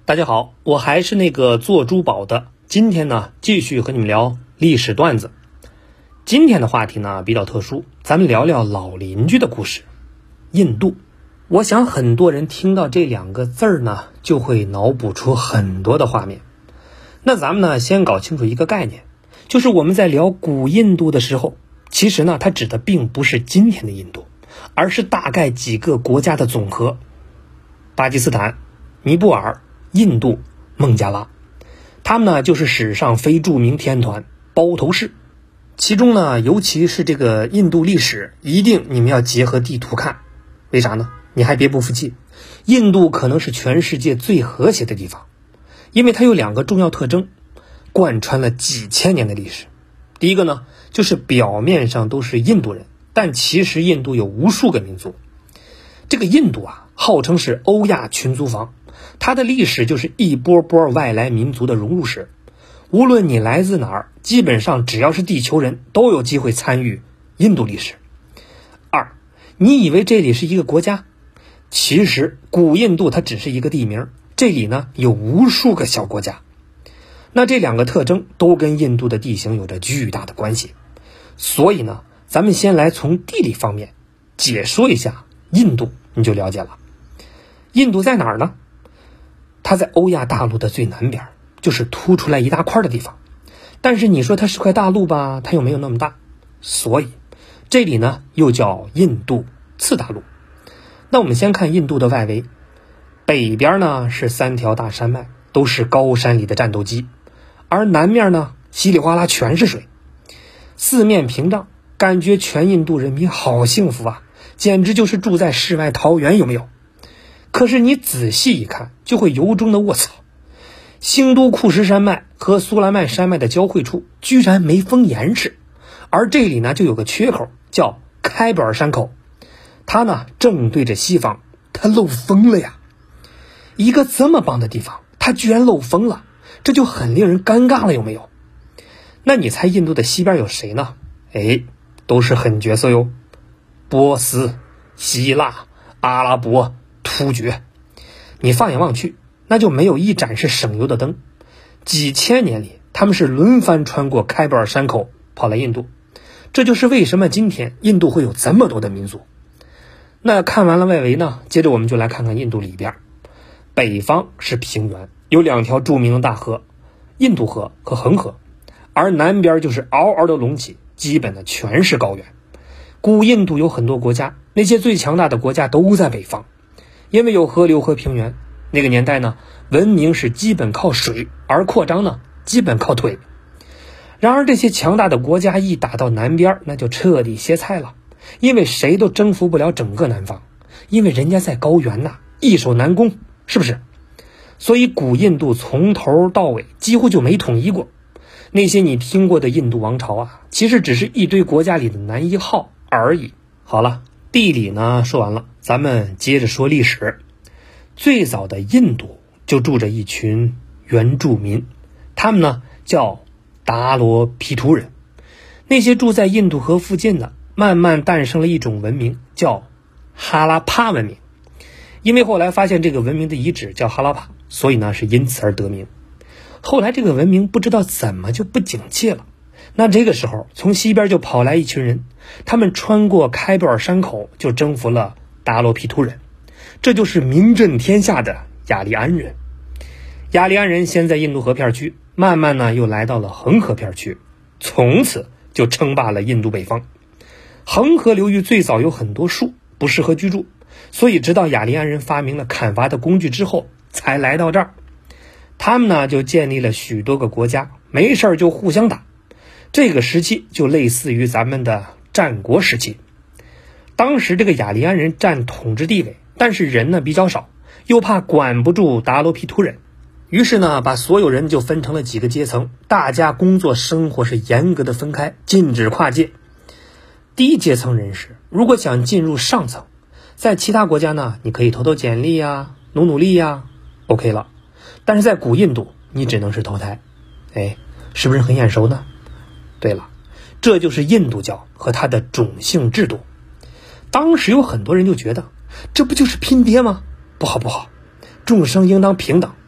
大家好，我还是那个做珠宝的。今天呢，继续和你们聊历史段子。今天的话题呢比较特殊，咱们聊聊老邻居的故事。印度，我想很多人听到这两个字儿呢，就会脑补出很多的画面。那咱们呢，先搞清楚一个概念，就是我们在聊古印度的时候，其实呢，它指的并不是今天的印度，而是大概几个国家的总和：巴基斯坦、尼泊尔、印度、孟加拉。他们呢就是史上非著名天团包头市。其中呢，尤其是这个印度历史，一定你们要结合地图看。为啥呢？你还别不服气，印度可能是全世界最和谐的地方，因为它有两个重要特征，贯穿了几千年的历史。第一个呢，就是表面上都是印度人，但其实印度有无数个民族。这个印度啊，号称是欧亚群族房，它的历史就是一波波外来民族的融入史。无论你来自哪儿，基本上只要是地球人都有机会参与印度历史。二，你以为这里是一个国家？其实古印度它只是一个地名，这里呢有无数个小国家。那这两个特征都跟印度的地形有着巨大的关系。所以呢，咱们先来从地理方面解说一下印度，你就了解了。印度在哪儿呢？它在欧亚大陆的最南边，就是凸出来一大块的地方。但是你说它是块大陆吧，它又没有那么大，所以这里呢又叫印度次大陆。那我们先看印度的外围，北边呢是三条大山脉，都是高山里的战斗机，而南面呢稀里哗啦全是水，四面屏障，感觉全印度人民好幸福啊，简直就是住在世外桃源，有没有？可是你仔细一看，就会由衷的卧槽，兴都库什山脉和苏兰曼山脉的交汇处居然没封严实，而这里呢就有个缺口，叫开伯尔山口，它呢正对着西方，它漏风了呀！一个这么棒的地方，它居然漏风了，这就很令人尴尬了，有没有？那你猜印度的西边有谁呢？都是狠角色哟，波斯、希腊、阿拉伯、突厥。你放眼望去，那就没有一盏是省油的灯。几千年里，他们是轮番穿过开伯尔山口跑来印度，这就是为什么今天印度会有这么多的民族。那看完了外围呢，接着我们就来看看印度里边。北方是平原，有两条著名的大河，印度河和恒河，而南边就是嗷嗷的隆起，基本的全是高原。古印度有很多国家，那些最强大的国家都在北方，因为有河流和平原。那个年代呢，文明是基本靠水，而扩张呢基本靠腿。然而这些强大的国家一打到南边，那就彻底歇菜了，因为谁都征服不了整个南方，因为人家在高原呐，易守难攻，是不是？所以古印度从头到尾几乎就没统一过。那些你听过的印度王朝啊，其实只是一堆国家里的男一号而已。好了，地理呢说完了，咱们接着说历史。最早的印度就住着一群原住民，他们呢叫达罗毗荼人。那些住在印度河附近的，慢慢诞生了一种文明，叫哈拉帕文明。因为后来发现这个文明的遗址叫哈拉帕，所以呢是因此而得名。后来这个文明不知道怎么就不景气了，那这个时候从西边就跑来一群人，他们穿过开伯尔山口就征服了达罗毗荼人，这就是名震天下的雅利安人。雅利安人先在印度河片区，慢慢呢又来到了恒河片区，从此就称霸了印度北方。恒河流域最早有很多树，不适合居住，所以直到雅利安人发明了砍伐的工具之后才来到这儿。他们呢就建立了许多个国家，没事就互相打。这个时期就类似于咱们的战国时期。当时这个雅利安人占统治地位，但是人呢比较少，又怕管不住达罗毗荼人，于是呢把所有人就分成了几个阶层，大家工作生活是严格的分开，禁止跨界。第一阶层人士如果想进入上层，在其他国家呢你可以投投简历啊，努努力呀，OK 了。但是在古印度你只能是投胎。是不是很眼熟呢？对了，这就是印度教和它的种姓制度。当时有很多人就觉得，这不就是拼爹吗？不好，众生应当平等。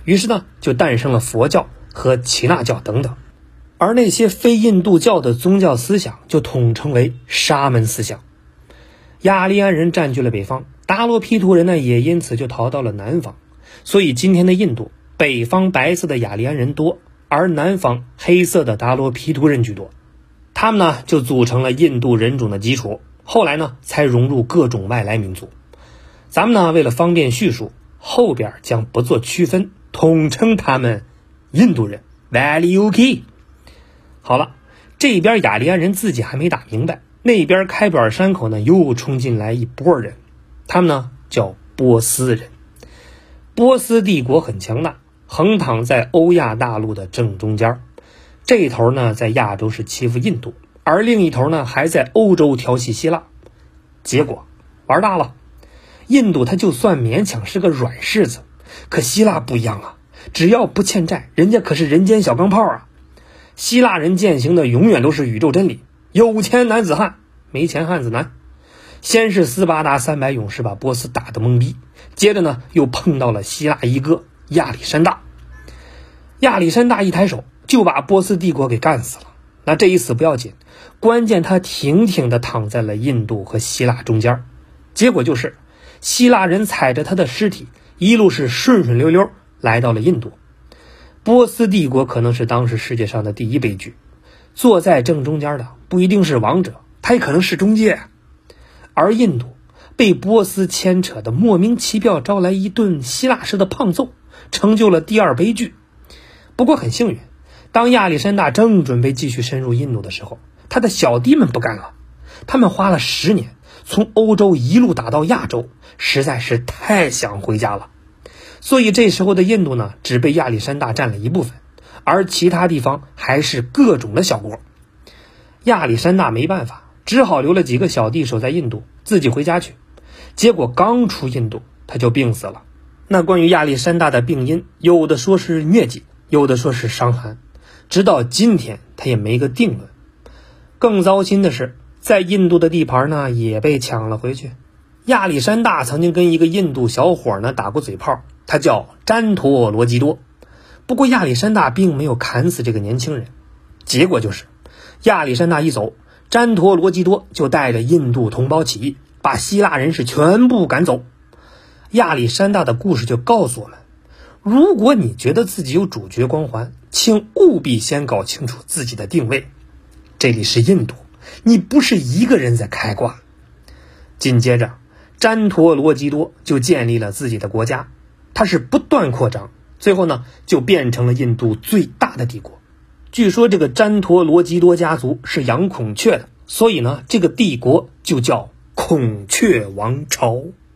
于是呢就诞生了佛教和耆那教等等。而那些非印度教的宗教思想就统称为沙门思想。雅利安人占据了北方，达罗毗荼人呢也因此就逃到了南方。所以今天的印度，北方白色的雅利安人多，而南方黑色的达罗毗荼人居多。他们呢就组成了印度人种的基础，后来呢才融入各种外来民族。咱们呢为了方便叙述，后边将不做区分，统称他们印度人。 Very OK。 好了，这边雅利安人自己还没打明白，那边开远山口呢又冲进来一波人，他们呢叫波斯人。波斯帝国很强大，横躺在欧亚大陆的正中间，这一头呢在亚洲是欺负印度，而另一头呢还在欧洲调戏希腊。结果玩大了，印度它就算勉强是个软柿子，可希腊不一样啊，只要不欠债，人家可是人间小钢炮啊。希腊人践行的永远都是宇宙真理，有钱男子汉，没钱汉子难。先是斯巴达300勇士把波斯打得懵逼，接着呢又碰到了希腊一哥亚历山大。亚历山大一抬手就把波斯帝国给干死了。那这一死不要紧，关键他挺挺地躺在了印度和希腊中间，结果就是希腊人踩着他的尸体一路是顺顺溜溜来到了印度。波斯帝国可能是当时世界上的第一悲剧，坐在正中间的不一定是王者，他也可能是中介。而印度被波斯牵扯的莫名其妙招来一顿希腊式的胖揍，成就了第二悲剧。不过很幸运，当亚历山大正准备继续深入印度的时候，他的小弟们不干了。他们花了10年从欧洲一路打到亚洲，实在是太想回家了。所以这时候的印度呢，只被亚历山大占了一部分，而其他地方还是各种的小国。亚历山大没办法，只好留了几个小弟守在印度，自己回家去。结果刚出印度，他就病死了。那关于亚历山大的病因，有的说是疟疾，有的说是伤寒，直到今天他也没个定论。更糟心的是，在印度的地盘呢也被抢了回去。亚历山大曾经跟一个印度小伙呢打过嘴炮，他叫詹陀罗基多。不过亚历山大并没有砍死这个年轻人，结果就是亚历山大一走，詹陀罗基多就带着印度同胞起义，把希腊人是全部赶走。亚历山大的故事就告诉我们，如果你觉得自己有主角光环，请务必先搞清楚自己的定位。这里是印度，你不是一个人在开挂。紧接着詹陀罗基多就建立了自己的国家，他是不断扩张，最后呢就变成了印度最大的帝国。据说这个詹陀罗基多家族是养孔雀的，所以呢这个帝国就叫孔雀王朝。